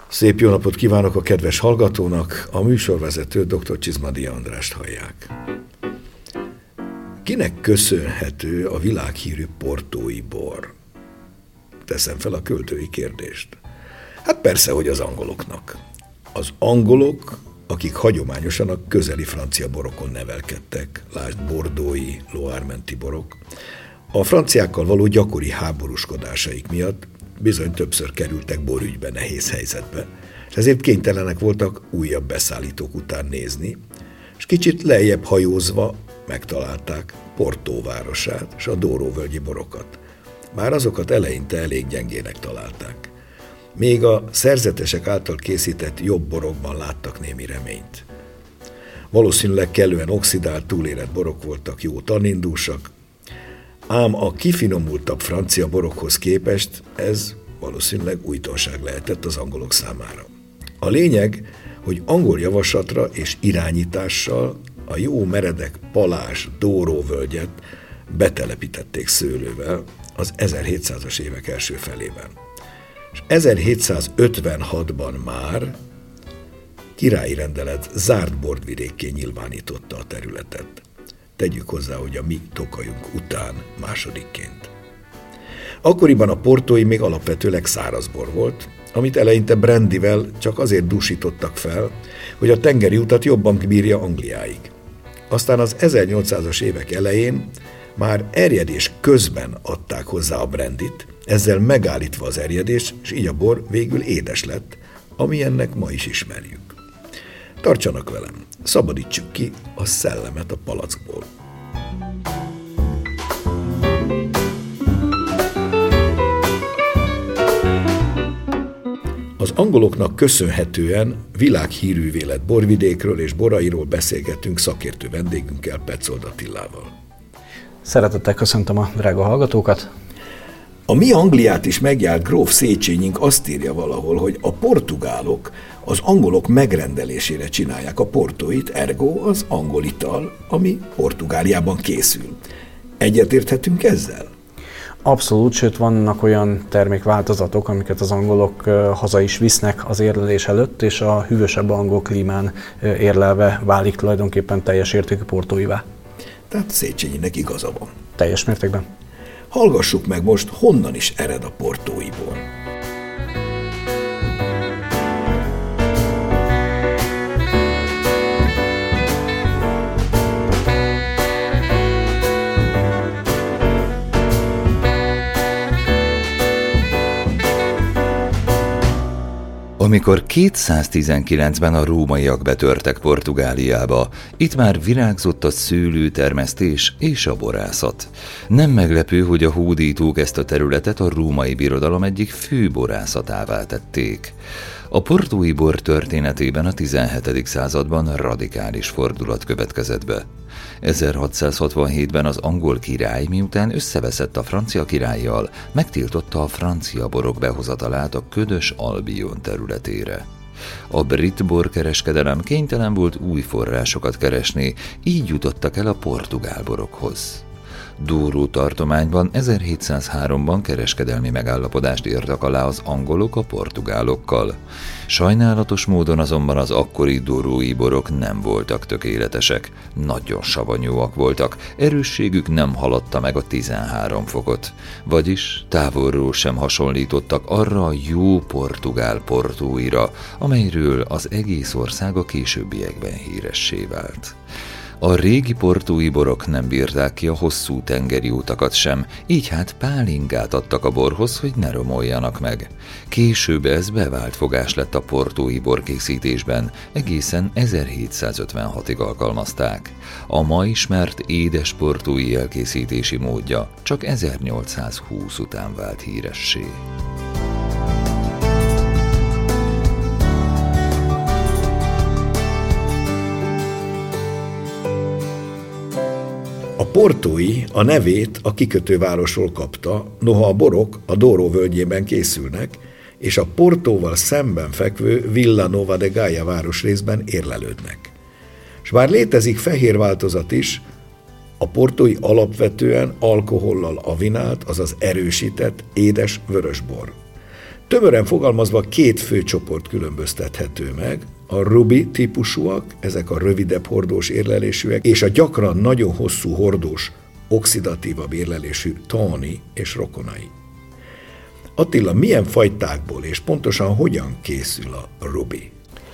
Szép jó napot kívánok a kedves hallgatónak, a műsorvezető dr. Csizmadia Andrást hallják. Kinek köszönhető a világhírű portói bor? Teszem fel a költői kérdést. Hát persze, hogy az angoloknak. Az angolok, akik hagyományosan a közeli francia borokon nevelkedtek, lásd bordói, Loire-menti borok, a franciákkal való gyakori háborúskodásaik miatt bizony többször kerültek borügybe nehéz helyzetbe, és ezért kénytelenek voltak újabb beszállítók után nézni, és kicsit lejjebb hajózva megtalálták Porto városát és a Douro-völgyi borokat. Bár azokat eleinte elég gyengének találták. Még a szerzetesek által készített jobb borokban láttak némi reményt. Valószínűleg kellően oxidált, túlérett borok voltak, jó tanindúsak, ám a kifinomultabb francia borokhoz képest ez valószínűleg újdonság lehetett az angolok számára. A lényeg, hogy angol javaslatra és irányítással a jó meredek palás Douro-völgyet betelepítették szőlővel az 1700-as évek első felében. És 1756-ban már királyi rendelet zárt bordvidékké nyilvánította a területet. Tegyük hozzá, hogy a mi Tokajunk után másodikként. Akkoriban a portói még alapvetőleg szárazbor volt, amit eleinte brandyvel csak azért dúsítottak fel, hogy a tengeri utat jobban bírja Angliáig. Aztán az 1800-as évek elején már erjedés közben adták hozzá a brandyt, ezzel megállítva az erjedést, és így a bor végül édes lett, amilyennek ma is ismerjük. Tartsanak velem, szabadítsuk ki a szellemet a palackból. Az angoloknak köszönhetően világhírűvé lett borvidékről és borairól beszélgetünk szakértő vendégünkkel, Petzold Attilával. Szeretettel köszöntöm a drága hallgatókat! A mi Angliát is megjárt gróf Széchenyink azt írja valahol, hogy a portugálok az angolok megrendelésére csinálják a portóit, ergo az angol ital, ami Portugáliában készül. Egyetérthetünk ezzel? Abszolút, sőt vannak olyan termékváltozatok, amiket az angolok haza is visznek az érlelés előtt, és a hűvösebb angol klímán érlelve válik tulajdonképpen teljes értékű portóivá. Tehát Széchenyinek igaza van. Teljes mértékben. Hallgassuk meg most, honnan is ered a portói bor. Amikor 219-ben a rómaiak betörtek Portugáliába, itt már virágzott a szőlőtermesztés és a borászat. Nem meglepő, hogy a hódítók ezt a területet a római birodalom egyik fő borászatává tették. A portói bor történetében a 17. században radikális fordulat következett be. 1667-ben az angol király, miután összeveszett a francia királlyal, megtiltotta a francia borok behozatalát a ködös Albion területére. A brit borkereskedelem kénytelen volt új forrásokat keresni, így jutottak el a portugál borokhoz. Douro tartományban 1703-ban kereskedelmi megállapodást írtak alá az angolok a portugálokkal. Sajnálatos módon azonban az akkori dourói borok nem voltak tökéletesek, nagyon savanyúak voltak, erősségük nem haladta meg a 13 fokot, vagyis távolról sem hasonlítottak arra a jó portugál portóira, amelyről az egész ország a későbbiekben híressé vált. A régi portói borok nem bírták ki a hosszú tengeri utakat sem, így hát pálinkát adtak a borhoz, hogy ne romoljanak meg. Később ez bevált fogás lett a portói borkészítésben, egészen 1756-ig alkalmazták. A ma ismert édes portói elkészítési módja csak 1820 után vált híressé. A portói a nevét a kikötővárosról kapta, noha a borok a Douro völgyében készülnek, és a Portóval szemben fekvő Villanova de Gaia városrészben érlelődnek. S bár létezik fehér változat is, a portói alapvetően alkohollal avinált, azaz erősített, édes vörösbor. Tömören fogalmazva 2 fő csoport különböztethető meg, a ruby típusúak, ezek a rövidebb hordós érlelésűek, és a gyakran nagyon hosszú hordós, oxidatívabb érlelésű tawny és rokonai. Attila, milyen fajtákból és pontosan hogyan készül a ruby?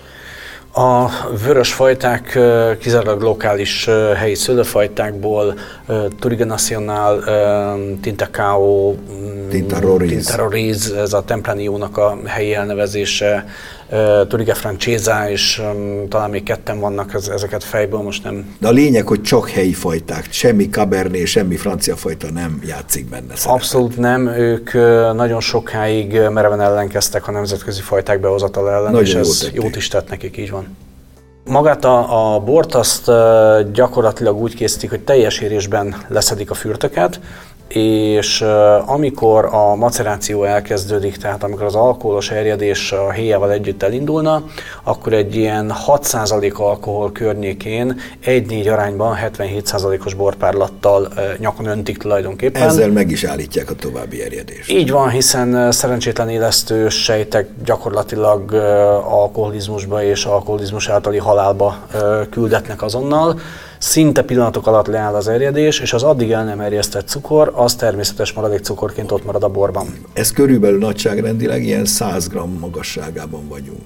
A vörös fajták kizárólag lokális helyi szőlőfajtákból, Touriga Nacional, Tinta Cao, Tinta Roriz, ez a Tempranillo-nak a helyi elnevezése, Touriga Francesa, és talán még 2 vannak, ezeket fejből most nem... De a lényeg, hogy csak helyi fajták, semmi Cabernet, semmi francia fajta nem játszik benne szerepet. Abszolút nem, ők nagyon sokáig mereven ellenkeztek a nemzetközi fajták behozatala ellen, nagyon és ez jót is tett nekik, így van. Magát a bort azt gyakorlatilag úgy készítik, hogy teljes érésben leszedik a fürtöket, és amikor a maceráció elkezdődik, tehát amikor az alkoholos erjedés a héjával együtt elindulna, akkor egy ilyen 6% alkohol környékén 1-4 arányban 77%-os borpárlattal nyakon öntik tulajdonképpen. Ezzel meg is állítják a további erjedést. Így van, hiszen szerencsétlen élesztő sejtek gyakorlatilag alkoholizmusba és alkoholizmus általi halálba küldetnek azonnal. Szinte pillanatok alatt leáll az erjedés, és az addig el nem erjesztett cukor, az természetes maradék cukorként ott marad a borban. Ez körülbelül nagyságrendileg ilyen 100 g magasságában vagyunk.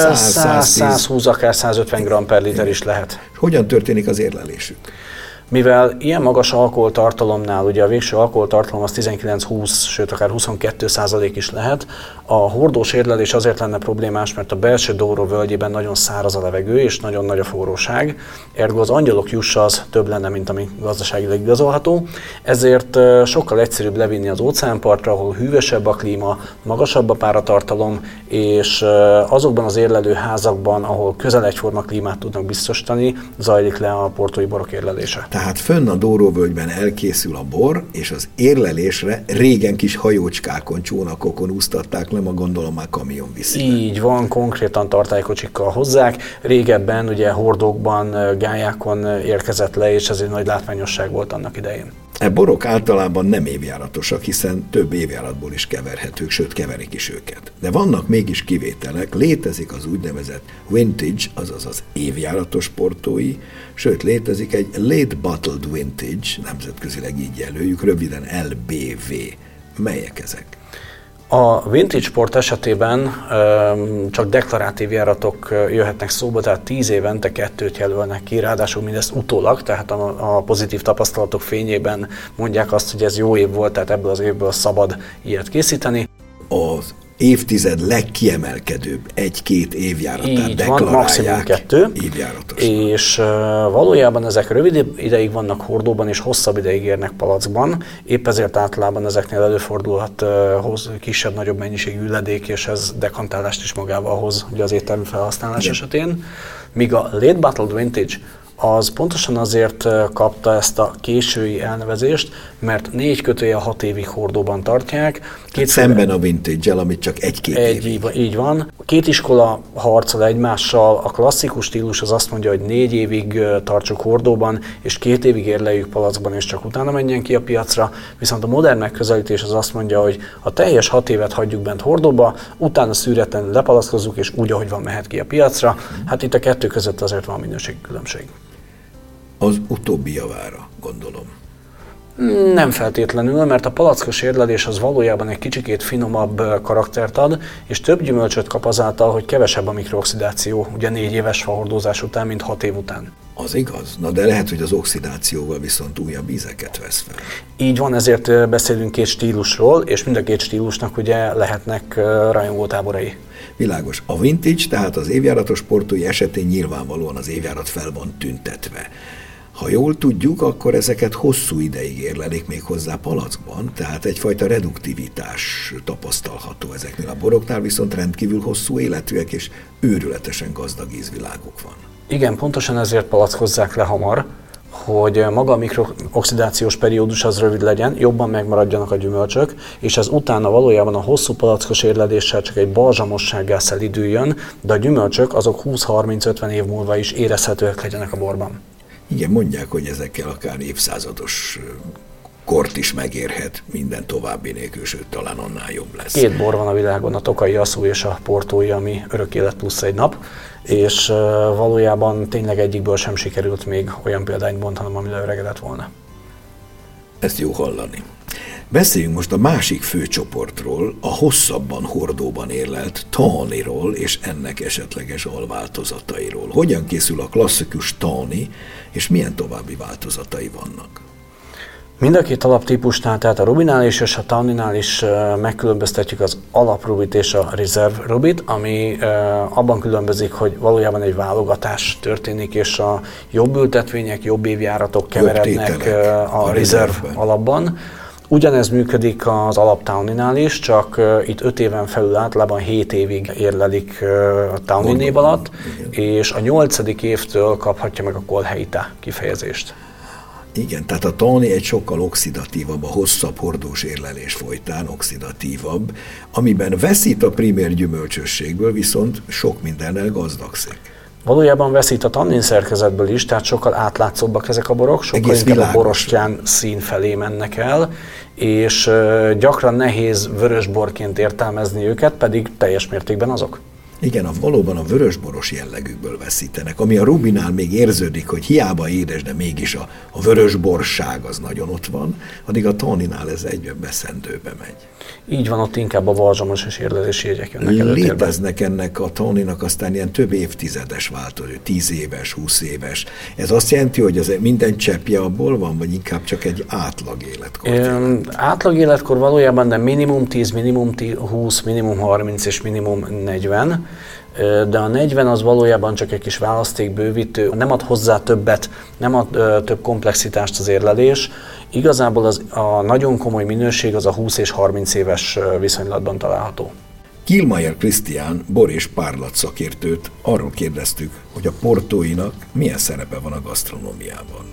100-120, akár 150 g per liter is lehet. Hogyan történik az érlelésük? Mivel ilyen magas alkoholtartalomnál, ugye a végső alkoholtartalom az 19-20, sőt akár 22% is lehet, a hordós érlelés azért lenne problémás, mert a belső Douro völgyében nagyon száraz a levegő és nagyon nagy a forróság, ergo az angyalok jussa az több lenne, mint ami gazdaságilag igazolható, ezért sokkal egyszerűbb levinni az óceánpartra, ahol hűvösebb a klíma, magasabb a páratartalom, és azokban az érlelőházakban, ahol közel egyforma klímát tudnak biztosítani, zajlik le a portói borok érlelése. Tehát fönn a Douro völgyben elkészül a bor, és az érlelésre régen kis hajócskákon, csónakokon úsztatták le, ma gondolom már kamion viszi. Így van, konkrétan tartálykocsikkal hozzák. Régebben ugye hordókban, gályákon érkezett le, és ez egy nagy látványosság volt annak idején. E borok általában nem évjáratosak, hiszen több évjáratból is keverhetők, sőt keverik is őket. De vannak mégis kivételek, létezik az úgynevezett vintage, azaz az évjáratos portói, sőt létezik egy late bottled vintage, nemzetközileg így jelöljük, röviden LBV. Melyek ezek? A vintage port esetében csak deklarált évjáratok jöhetnek szóba, tehát 10 évente 2 jelölnek ki, ráadásul mindezt utólag, tehát a pozitív tapasztalatok fényében mondják azt, hogy ez jó év volt, tehát ebből az évből szabad ilyet készíteni. Az évtized legkiemelkedőbb 1-2 évjáratát deklarálják. Maximum 2. És valójában ezek rövid ideig vannak hordóban és hosszabb ideig érnek palackban. Épp ezért általában ezeknél előfordulhat kisebb-nagyobb mennyiségű ledék, és ez dekantálást is magával hoz ugye az éttermi felhasználás esetén. Míg a late bottled vintage az pontosan azért kapta ezt a késői elnevezést, mert 4-6 évig hordóban tartják. Szemben a vintage-el, amit csak 1-2 évig. Így van. 2 iskola harcol egymással, a klasszikus stílus az azt mondja, hogy 4 évig tartsuk hordóban, és 2 évig érleljük palackban, és csak utána menjen ki a piacra. Viszont a modern megközelítés az azt mondja, hogy a teljes 6 évet hagyjuk bent hordóba, utána szűretlenül lepalackozzuk, és úgy, ahogy van, mehet ki a piacra. Hát itt a 2 között azért van minőségkülönbség. Az utóbbi javára, gondolom. Nem feltétlenül, mert a palackos érlelés az valójában egy kicsikét finomabb karaktert ad, és több gyümölcsöt kap azáltal, hogy kevesebb a mikrooxidáció, ugye 4 éves fahordózás után, mint 6 év után. Az igaz? Na de lehet, hogy az oxidációval viszont újabb ízeket vesz fel. Így van, ezért beszélünk 2 stílusról, és mind a 2 stílusnak ugye lehetnek rajongótáborai. Világos. A vintage, tehát az évjáratos portói esetén nyilvánvalóan az évjárat fel van tüntetve. Ha jól tudjuk, akkor ezeket hosszú ideig érlelik még hozzá palackban, tehát egyfajta reduktivitás tapasztalható ezeknél a boroknál, viszont rendkívül hosszú életűek és őrületesen gazdag ízviláguk van. Igen, pontosan ezért palackozzák le hamar, hogy maga a mikrooxidációs periódus az rövid legyen, jobban megmaradjanak a gyümölcsök, és ez utána valójában a hosszú palackos érleléssel csak egy balzsamossággá szelidüljön, de a gyümölcsök azok 20-30-50 év múlva is érezhetőek legyenek a borban. Igen, mondják, hogy ezekkel akár évszázados kort is megérhet minden további nélkül, sőt talán annál jobb lesz. 2 bor van a világon, a Tokaji Asszú és a Portói, ami örök élet plusz egy nap, és valójában tényleg egyikből sem sikerült még olyan példányt bontanom, ami leöregedett volna. Ezt jó hallani. Beszéljünk most a másik főcsoportról, a hosszabban hordóban érlelt tawnyról és ennek esetleges alváltozatairól. Hogyan készül a klasszikus tawny, és milyen további változatai vannak? Mind a 2 alaptípusnál, tehát a rubinál és a tawnynál is megkülönböztetjük az alaprubit és a reserve rubit, ami abban különbözik, hogy valójában egy válogatás történik, és a jobb ültetvények, jobb évjáratok keverednek a reserve alapban. Ugyanez működik az alap tawnynál is, csak itt 5 éven felül általában 7 évig érlelik a tawny név alatt, és a 8. évtől kaphatja meg a kolheita kifejezést. Igen, tehát a tawny egy sokkal oxidatívabb, a hosszabb hordós érlelés folytán oxidatívabb, amiben veszít a primér gyümölcsösségből, viszont sok mindennel gazdagszik. Valójában veszít a tannin szerkezetből is, tehát sokkal átlátszóbbak ezek a borok, sokkal inkább a borostyán szín felé mennek el, és gyakran nehéz vörösborként értelmezni őket, pedig teljes mértékben azok. Igen, valóban a vörösboros jellegükből veszítenek, ami a rubinál még érződik, hogy hiába édes, de mégis a vörösborság az nagyon ott van, addig a tawnynál ez egyben beszendőbe megy. Így van, ott inkább a varzsamos és érlelési jegyek jönnek előtérbe. Léteznek ennek a tawnynak aztán ilyen több évtizedes változó, 10 éves, 20 éves. Ez azt jelenti, hogy az minden cseppje abból van, vagy inkább csak egy átlag életkor? Átlag életkor valójában, de minimum 10, minimum 20, minimum 30 és minimum 40. De a 40 az valójában csak egy kis választékbővítő, nem ad hozzá többet, nem ad több komplexitást az érlelés. Igazából a nagyon komoly minőség az a 20 és 30 éves viszonylatban található. Kielmayer Krisztián bor- és párlat szakértőt arról kérdeztük, hogy a portóinak milyen szerepe van a gasztronómiában.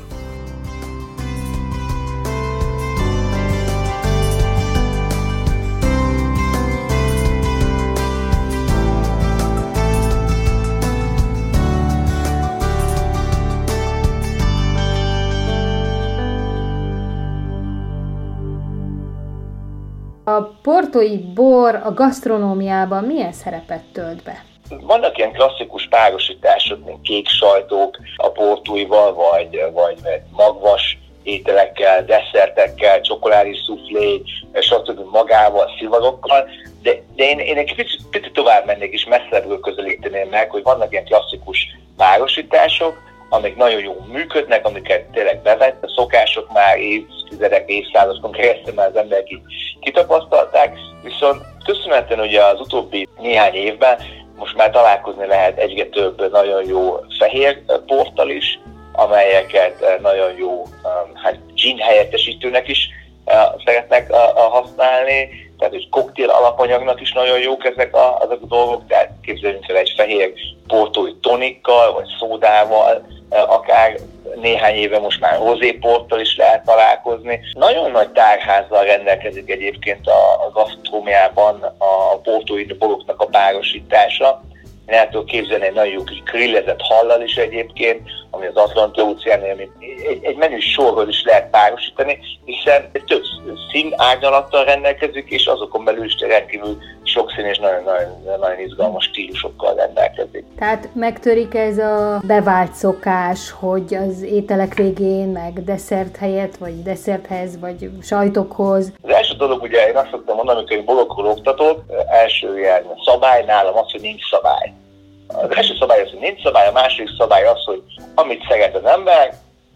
A portói bor a gasztronómiában milyen szerepet tölt be? Vannak ilyen klasszikus párosítások, mint kék sajtok a portóival, vagy magvas ételekkel, desszertekkel, csokoládés szuflé, stb. Magával, szivarokkal, de én egy picit tovább mennék és messzebbről közelíteném meg, hogy vannak ilyen klasszikus párosítások, amik nagyon jól működnek, amiket tényleg bevett, a szokások már évtizedek, évszázadokon keresztül már az emberek kitapasztalták, viszont köszönhetően ugye az utóbbi néhány évben most már találkozni lehet egyre több nagyon jó fehér porttal is, amelyeket nagyon jó gin helyettesítőnek is szeretnek használni, tehát egy koktél alapanyagnak is nagyon jók ezek a dolgok, tehát képzeljünk el egy fehér portói tonikkal, vagy szódával, akár néhány éve most már rozéporttal is lehet találkozni. Nagyon nagy tárházzal rendelkezik egyébként a gasztronómiában a portói boroknak a párosítása. Én el tudok képzelni egy nagyon jó kis grillezett hallal is egyébként, ami az Atlanti-óceánon, amit egy menüs sorról is lehet párosítani, hiszen több szín árnyalattal rendelkezik, és azokon belül is rendkívül sokszínű és nagyon izgalmas stílusokkal rendelkezik. Tehát megtörik ez a bevált szokás, hogy az ételek végén, meg desszert helyett, vagy desszerthez, vagy sajtokhoz. Az első dolog, ugye én azt szoktam mondani, amikor én borokról oktatok, első ilyen szabály nálam az, hogy nincs szabály. Az első szabály az, hogy nincs szabály, a második szabály az, hogy amit szeret az ember,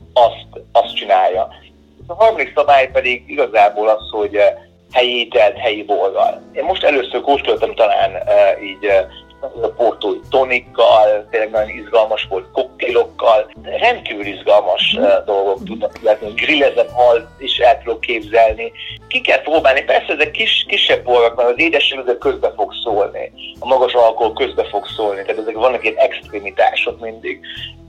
azt csinálja. A harmadik szabály pedig igazából az, hogy helyi ételt, helyi borral. Én most először kóstoltam talán így portói tonikkal, tényleg nagyon izgalmas volt, koktélokkal, rendkívül izgalmas dolgok tudnak lenni, grillezett hal is el tudok képzelni. Ki kell próbálni, persze ezek kisebb borok, mert az édesség azért közbe fog szólni, a magas alkohol közbe fog szólni, tehát ezek vannak ilyen extremitások mindig,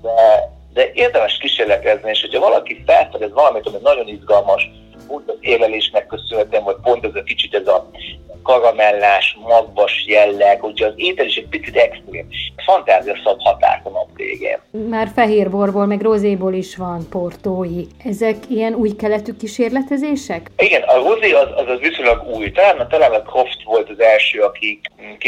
de érdemes kísérletezni, és hogyha valaki felfedez valamit, ami nagyon izgalmas, pont az érlelésnek köszönhetően, vagy pont ez a kicsit ez a karamellás, magvas jelleg, ugye az étel is egy picit extrém. Fantázia szab határt a nap végén. Már fehérborból, meg rozéból is van portói. Ezek ilyen új keletű kísérletezések? Igen, a rozé az viszonylag új. Talán a Croft volt az első, akik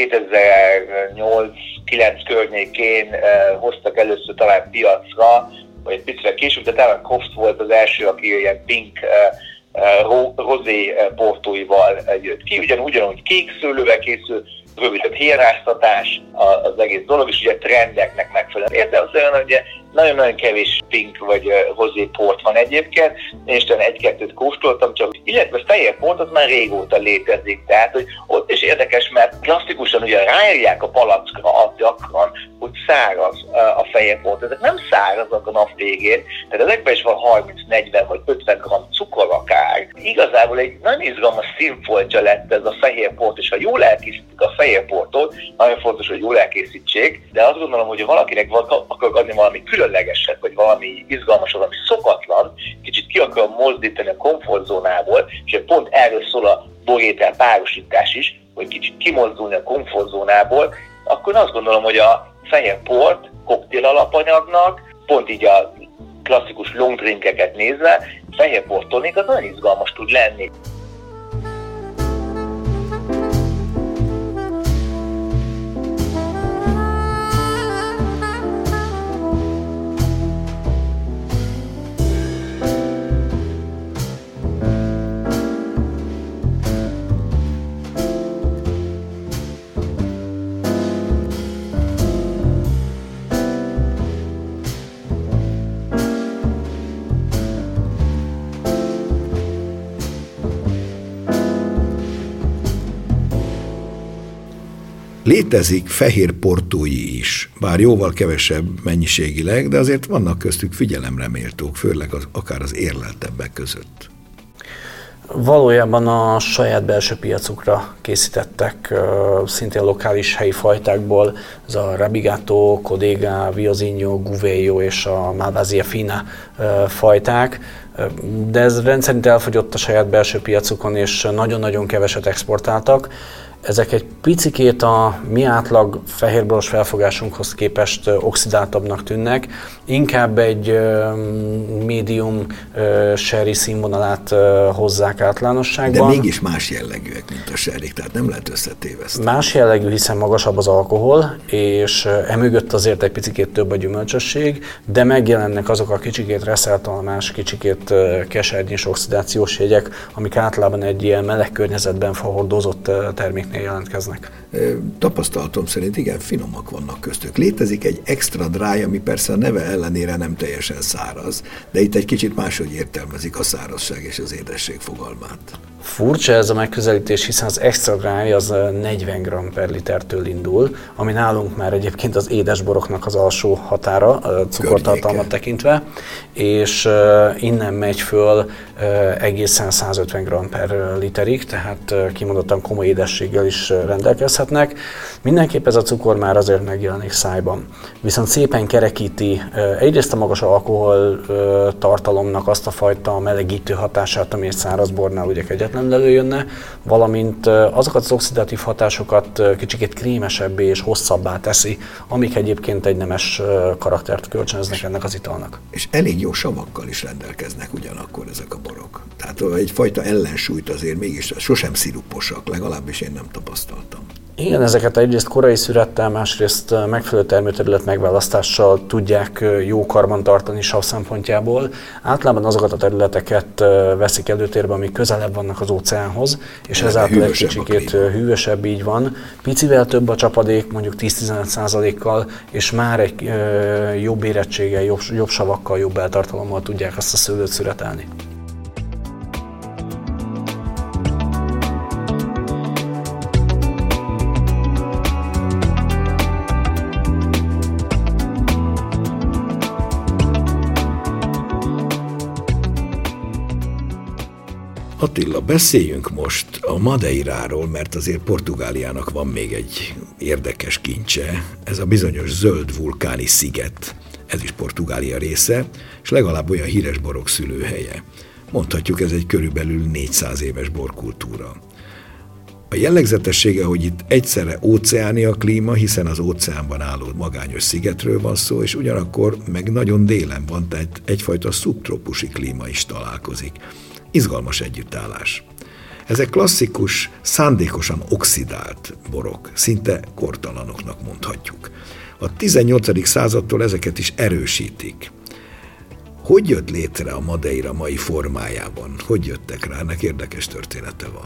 2008-9 környékén hoztak először talán piacra, vagy egy picit később, de talán Croft volt az első, aki ilyen pink rozé portóival jött ki. Ugyanúgy kék szőlővel készül, rövidebb héjráztatás az egész dolog, és ugye trendeknek megfelelően. De az olyan, hogy nagyon-nagyon kevés pink vagy rozé port van egyébként, én is egy-kettőt kóstoltam, csak illetve fehér port az már régóta létezik, tehát hogy ott is érdekes, mert klasszikusan ugye ráírják a palackra gyakran, hogy száraz a fehér port. Ezek nem szárazak a nap végén, tehát ezekben is van 30-40 vagy 50 g cukor akár. Igazából egy nagyon izgalmas színfoltja lett ez a fehér port, és ha jól elkészítik a fehér portot, nagyon fontos, hogy jól elkészítsék, de azt gondolom, hogy valakinek akar adni valami különlegeset, vagy valami izgalmasat, valami szokatlan, kicsit ki akar mozdítani a komfortzónából, és pont erről szól a borétel párosítás is, hogy kicsit kimozdulni a komfortzónából, akkor azt gondolom, hogy a fehér port koktél alapanyagnak, pont így a klasszikus long drinkeket nézve, fehér port tonik az nagyon izgalmas tud lenni. Létezik fehér portói is, bár jóval kevesebb mennyiségileg, de azért vannak köztük figyelemre méltók, főleg akár az érleltebbek között. Valójában a saját belső piacukra készítettek szintén lokális helyi fajtákból, ez a Rabigato, Codega, Viosinho, Gouveio és a Malvasia fina fajták, de ez rendszerint elfogyott a saját belső piacukon, és nagyon-nagyon keveset exportáltak. Ezek egy picikét a mi átlag fehérboros felfogásunkhoz képest oxidáltabbnak tűnnek, inkább egy médium sherry színvonalát hozzák általánosságban. De mégis más jellegűek, mint a sherry, tehát nem lehet összetéveszteni. Más jellegű, hiszen magasabb az alkohol, és emögött azért egy picikét több a gyümölcsösség, de megjelennek azok a kicsikét reszeltalmás, kicsikét kesernyés oxidációs jegyek, amik általában egy ilyen meleg környezetben hordozott terméknél jelentkeznek. Tapasztalatom szerint igen, finomak vannak köztük. Létezik egy extra dry, ami persze a neve ellenére nem teljesen száraz, de itt egy kicsit máshogy értelmezik a szárazság és az édesség fogalmát. Furcsa ez a megközelítés, hiszen az extra dry az 40 g per litertől indul, ami nálunk már egyébként az édesboroknak az alsó határa, cukortartalmat tekintve, és innen megy föl egészen 150 g per literig, tehát kimondottan komoly édességgel is rendelkezhetnek. Mindenképp ez a cukor már azért megjelenik szájban. Viszont szépen kerekíti egyrészt a magas alkohol tartalomnak azt a fajta melegítő hatását, ami egy szárazbornál ugye kegyetlenül előjönne, valamint azokat az oxidatív hatásokat kicsikét krémesebbé és hosszabbá teszi, amik egyébként egy nemes karaktert kölcsönöznek ennek az italnak. És elég jó savakkal is rendelkeznek ugyanakkor ezek a borok. Tehát egyfajta ellensúlyt azért mégis sosem sziruposak, legalábbis én nem tapasztaltam. Igen, ezeket egyrészt korai szürettel, másrészt megfelelő termőterület megválasztással tudják jó karban tartani sav szempontjából. Általában azokat a területeket veszik előtérbe, amik közelebb vannak az óceánhoz, és ezáltal egy kicsikét hűvösebb, így van. Picivel több a csapadék, mondjuk 10-15%-kal, és már egy jobb érettséggel, jobb savakkal, jobb eltartalommal tudják azt a szőlőt szüretelni. Attila, beszéljünk most a Madeiráról, mert azért Portugáliának van még egy érdekes kincse, ez a bizonyos zöld vulkáni sziget. Ez is Portugália része, és legalább olyan híres borok szülőhelye. Mondhatjuk, ez egy körülbelül 400 éves borkultúra. A jellegzetessége, hogy itt egyszerre óceáni a klíma, hiszen az óceánban álló magányos szigetről van szó, és ugyanakkor meg nagyon délen van, tehát egyfajta szubtrópusi klíma is találkozik. Izgalmas együttállás. Ezek klasszikus, szándékosan oxidált borok, szinte kortalanoknak mondhatjuk. A 18. századtól ezeket is erősítik. Hogy jött létre a Madeira mai formájában? Hogy jöttek rá? Ennek érdekes története van.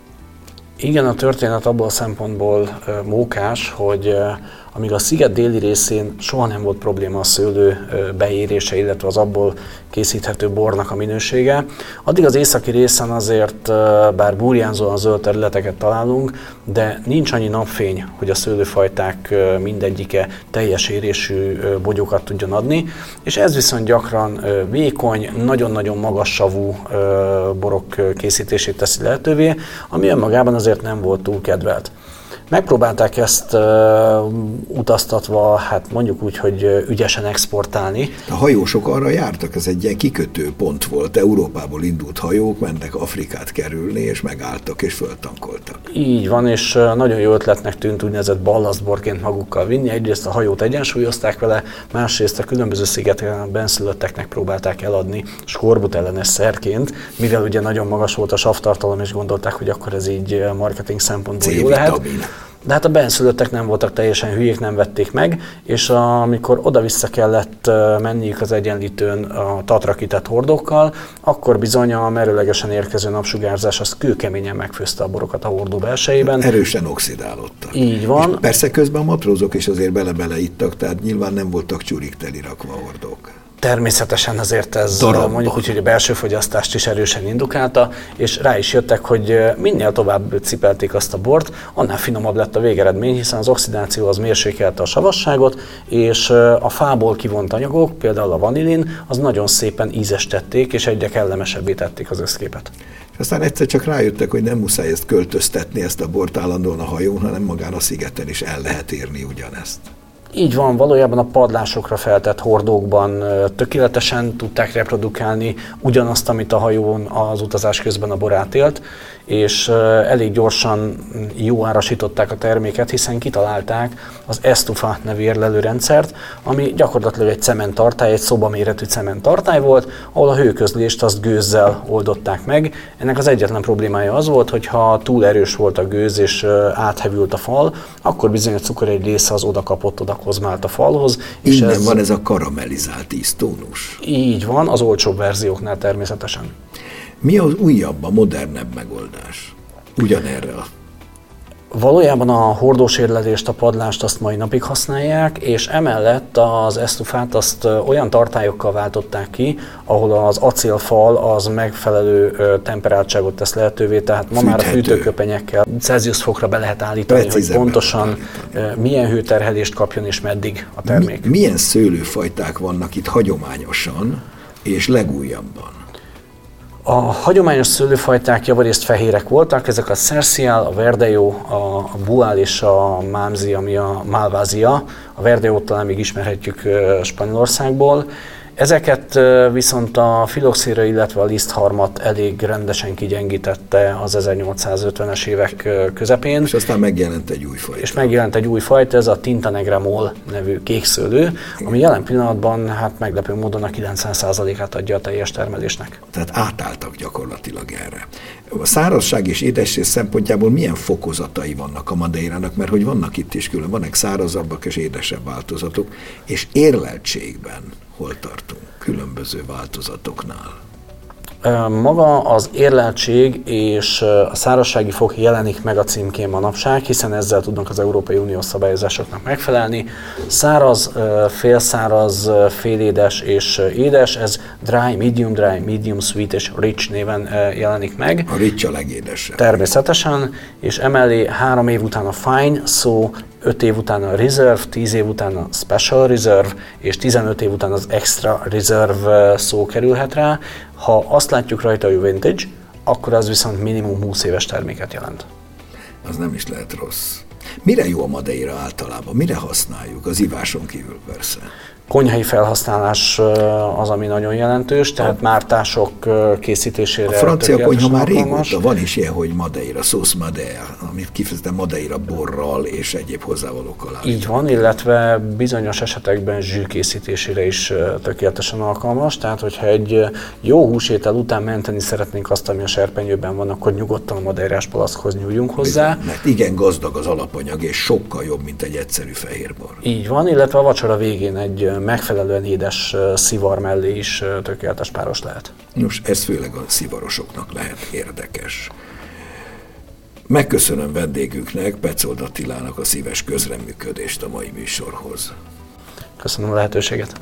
Igen, a történet abból a szempontból mókás, hogy amíg a sziget déli részén soha nem volt probléma a szőlő beérése, illetve az abból készíthető bornak a minősége, addig az északi részen azért, bár burjánzóan zöld területeket találunk, de nincs annyi napfény, hogy a szőlőfajták mindegyike teljes érésű bogyókat tudjon adni, és ez viszont gyakran vékony, nagyon-nagyon magas savú borok készítését teszi lehetővé, ami önmagában azért nem volt túl kedvelt. Megpróbálták ezt utaztatva, hát mondjuk úgy, hogy ügyesen exportálni. A hajósok arra jártak, ez egy ilyen kikötő pont volt. Európából indult hajók, mentek Afrikát kerülni, és megálltak, és föltankoltak. Így van, és nagyon jó ötletnek tűnt úgynevezett ballasztborként magukkal vinni. Egyrészt a hajót egyensúlyozták vele, másrészt a különböző szigeteken a benszülötteknek próbálták eladni skorbut ellenes szerként, mivel ugye nagyon magas volt a savtartalom, és gondolták, hogy akkor ez így marketing szempontból jó lehet. De hát a benszülöttek nem voltak teljesen hülyék, nem vették meg, és amikor oda-vissza kellett menniük az egyenlítőn a Tatra kitett hordókkal, akkor bizony a merőlegesen érkező napsugárzás az kőkeményen megfőzte a borokat a hordó belsejében. Erősen oxidálódtak. Így van. És persze közben a matrózok is azért bele-bele ittak, tehát nyilván nem voltak csurig teli rakva a hordók. Természetesen azért ez mondjuk úgy, hogy a belső fogyasztást is erősen indukálta, és rá is jöttek, hogy minél tovább cipelték azt a bort, annál finomabb lett a végeredmény, hiszen az oxidáció az mérsékelte a savasságot, és a fából kivont anyagok, például a vanilin, az nagyon szépen ízestették, és egyre kellemesebbé tették az összképet. És aztán egyszer csak rájöttek, hogy nem muszáj ezt költöztetni, ezt a bort állandóan a hajón, hanem magán a szigeten is el lehet érni ugyanezt. Így van, valójában a padlásokra feltett hordókban tökéletesen tudták reprodukálni ugyanazt, amit a hajón az utazás közben a bor átélt, és elég gyorsan jó árasították a terméket, hiszen kitalálták az Estufa nevű érlelőrendszert, ami gyakorlatilag egy cementtartály, egy szobaméretű cementtartály volt, ahol a hőközlést azt gőzzel oldották meg. Ennek az egyetlen problémája az volt, hogy ha túl erős volt a gőz és áthevült a fal, akkor bizony a cukor egy része az oda kozmált a falhoz. Innen és van ez a karamellizált íztónus. Így van, az olcsóbb verzióknál természetesen. Mi az újabb, a modernebb megoldás? Ugyanerre a... Valójában a hordós érlelést, a padlást azt mai napig használják, és emellett az Estufát azt olyan tartályokkal váltották ki, ahol az acélfal az megfelelő temperáltságot tesz lehetővé, tehát ma már a fűtőköpenyekkel Celsius fokra be lehet állítani, hogy pontosan milyen hőterhelést kapjon és meddig a termék. Milyen szőlőfajták vannak itt hagyományosan és legújabban? A hagyományos szőlőfajták javarészt fehérek voltak, ezek a Cercial, a Verdejo, a Bual és a Mámzi, ami a Malvasia. A Verdejót talán még ismerhetjük Spanyolországból. Ezeket viszont a filoxéra, illetve a lisztharmat elég rendesen kigyengítette az 1850-es évek közepén. És aztán megjelent egy új fajta. És megjelent egy új fajta, ez a Tinta Negra Mol nevű kékszőlő, ami jelen pillanatban hát meglepő módon a 90%-át adja a teljes termelésnek. Tehát átálltak gyakorlatilag erre. A szárazság és édesség szempontjából milyen fokozatai vannak a Madeirának, mert hogy vannak itt is külön, vannak szárazabbak és édesebb változatok, és érleltségben hol tartunk különböző változatoknál? Maga az érleltség és a szárazsági fok jelenik meg a címkén manapság, hiszen ezzel tudnak az Európai Uniós szabályozásoknak megfelelni. Száraz, félszáraz, félédes és édes, ez dry, medium sweet és rich néven jelenik meg. A rich a legédesebb. Természetesen, és emellé 3 év után a fine szó, 5 év után a reserve, 10 év után a special reserve, és 15 év után az extra reserve szó kerülhet rá. Ha azt látjuk rajta, hogy vintage, akkor az viszont minimum 20 éves terméket jelent. Az nem is lehet rossz. Mire jó a Madeira általában? Mire használjuk? Az iváson kívül persze. Konyhai felhasználás az, ami nagyon jelentős, tehát mártások készítésére. A francia konyha már régóta van is ilyen, hogy Madeira, sauce Madeira, amit kifejezetten Madeira borral és egyéb hozzávalókkal állít. Így van, illetve bizonyos esetekben zsű készítésére is tökéletesen alkalmas, tehát hogyha egy jó húsétel után menteni szeretnénk azt, ami a serpenyőben van, akkor nyugodtan a madeirás palackhoz nyúljunk hozzá. Mert igen gazdag az alapanyag, és sokkal jobb, mint egy egyszerű fehérbor. Így van, illetve a vacsora végén egy megfelelően édes szivar mellé is tökéletes páros lehet. Nos, ez főleg a szivarosoknak lehet érdekes. Megköszönöm vendégünknek, Petzold Attilának a szíves közreműködést a mai műsorhoz. Köszönöm a lehetőséget.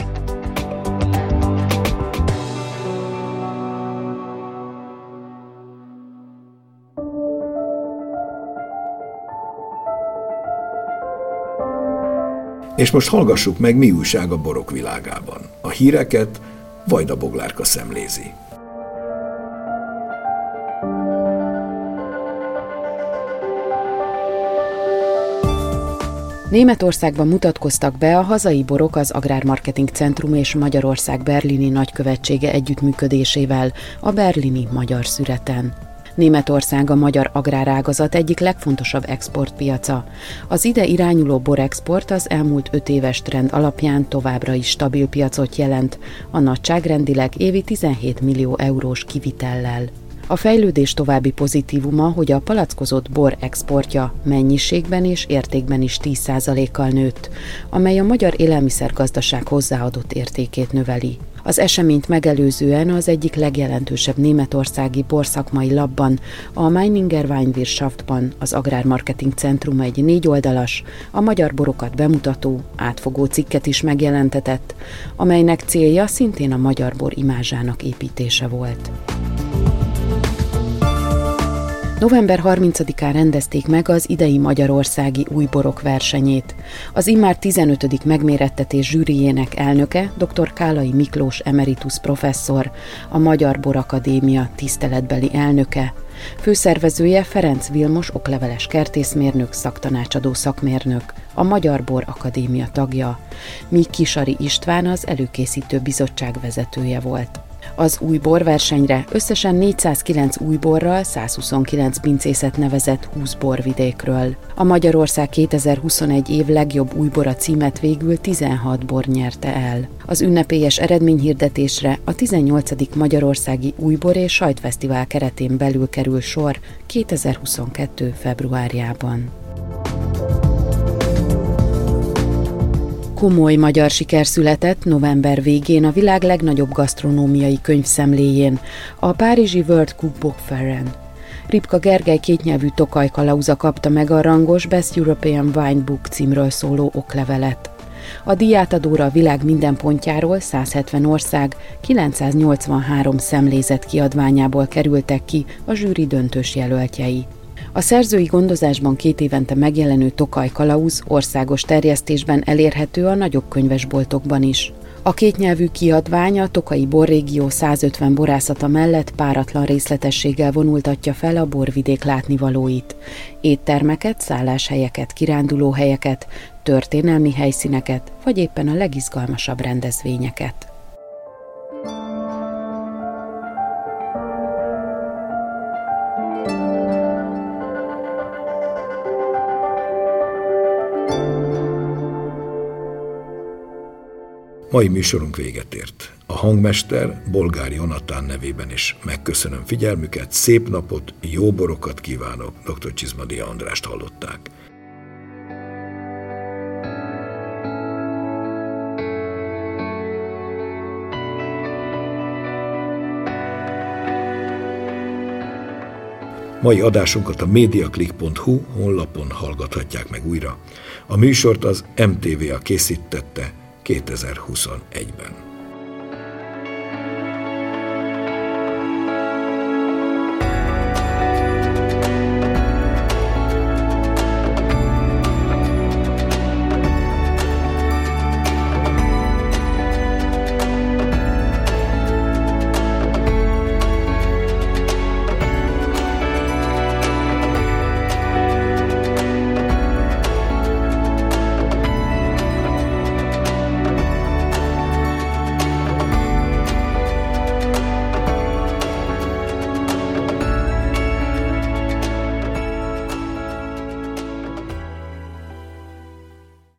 És most hallgassuk meg, mi újság a borok világában. A híreket Vajda Boglárka szemlézi. Németországban mutatkoztak be a hazai borok az Agrármarketing Centrum és Magyarország berlini nagykövetsége együttműködésével a berlini Magyar Szüreten. Németország a magyar agrárágazat egyik legfontosabb exportpiaca. Az ide irányuló borexport az elmúlt 5 éves trend alapján továbbra is stabil piacot jelent, a nagyságrendileg évi 17 millió eurós kivitellel. A fejlődés további pozitívuma, hogy a palackozott bor exportja mennyiségben és értékben is 10%-kal nőtt, amely a magyar élelmiszergazdaság hozzáadott értékét növeli. Az eseményt megelőzően az egyik legjelentősebb németországi borszakmai lapban, a Meininger Weinwirtschaftban az Agrármarketing Centrum egy 4 oldalas, a magyar borokat bemutató, átfogó cikket is megjelentetett, amelynek célja szintén a magyar bor imázsának építése volt. November 30-án rendezték meg az idei magyarországi új borok versenyét. Az immár 15. megmérettetés zsűrijének elnöke dr. Kálai Miklós emeritus professzor, a Magyar Bor Akadémia tiszteletbeli elnöke. Főszervezője Ferenc Vilmos okleveles kertészmérnök, szaktanácsadó szakmérnök, a Magyar Bor Akadémia tagja, míg Kisari István az előkészítő bizottság vezetője volt. Az új borversenyre összesen 409 új borral 129 pincészet nevezett 20 borvidékről. A Magyarország 2021 év legjobb újbora címet végül 16 bor nyerte el. Az ünnepélyes eredményhirdetésre a 18. Magyarországi Újbor és Sajtfesztivál keretén belül kerül sor 2022. februárjában. Komoly magyar siker született november végén a világ legnagyobb gasztronómiai könyvszemléjén, a párizsi World Cookbook Fairen. Ripka Gergely kétnyelvű tokajkalauza kapta meg a rangos Best European Wine Book címről szóló oklevelet. A díjátadóra a világ minden pontjáról 170 ország 983 szemlézet kiadványából kerültek ki a zsűri döntős jelöltjei. A szerzői gondozásban 2 évente megjelenő Tokaj kalauz országos terjesztésben elérhető a nagyobb könyvesboltokban is. A kétnyelvű kiadvány a tokaji borrégió 150 borászata mellett páratlan részletességgel vonultatja fel a borvidék látnivalóit. Éttermeket, szálláshelyeket, kirándulóhelyeket, történelmi helyszíneket, vagy éppen a legizgalmasabb rendezvényeket. Mai műsorunk véget ért. A hangmester Bolgár Jonatán nevében is megköszönöm figyelmüket, szép napot, jó borokat kívánok, dr. Csizmadia Andrást hallották. Mai adásunkat a mediaclick.hu honlapon hallgathatják meg újra. A műsort az MTVA készítette 2021-ben.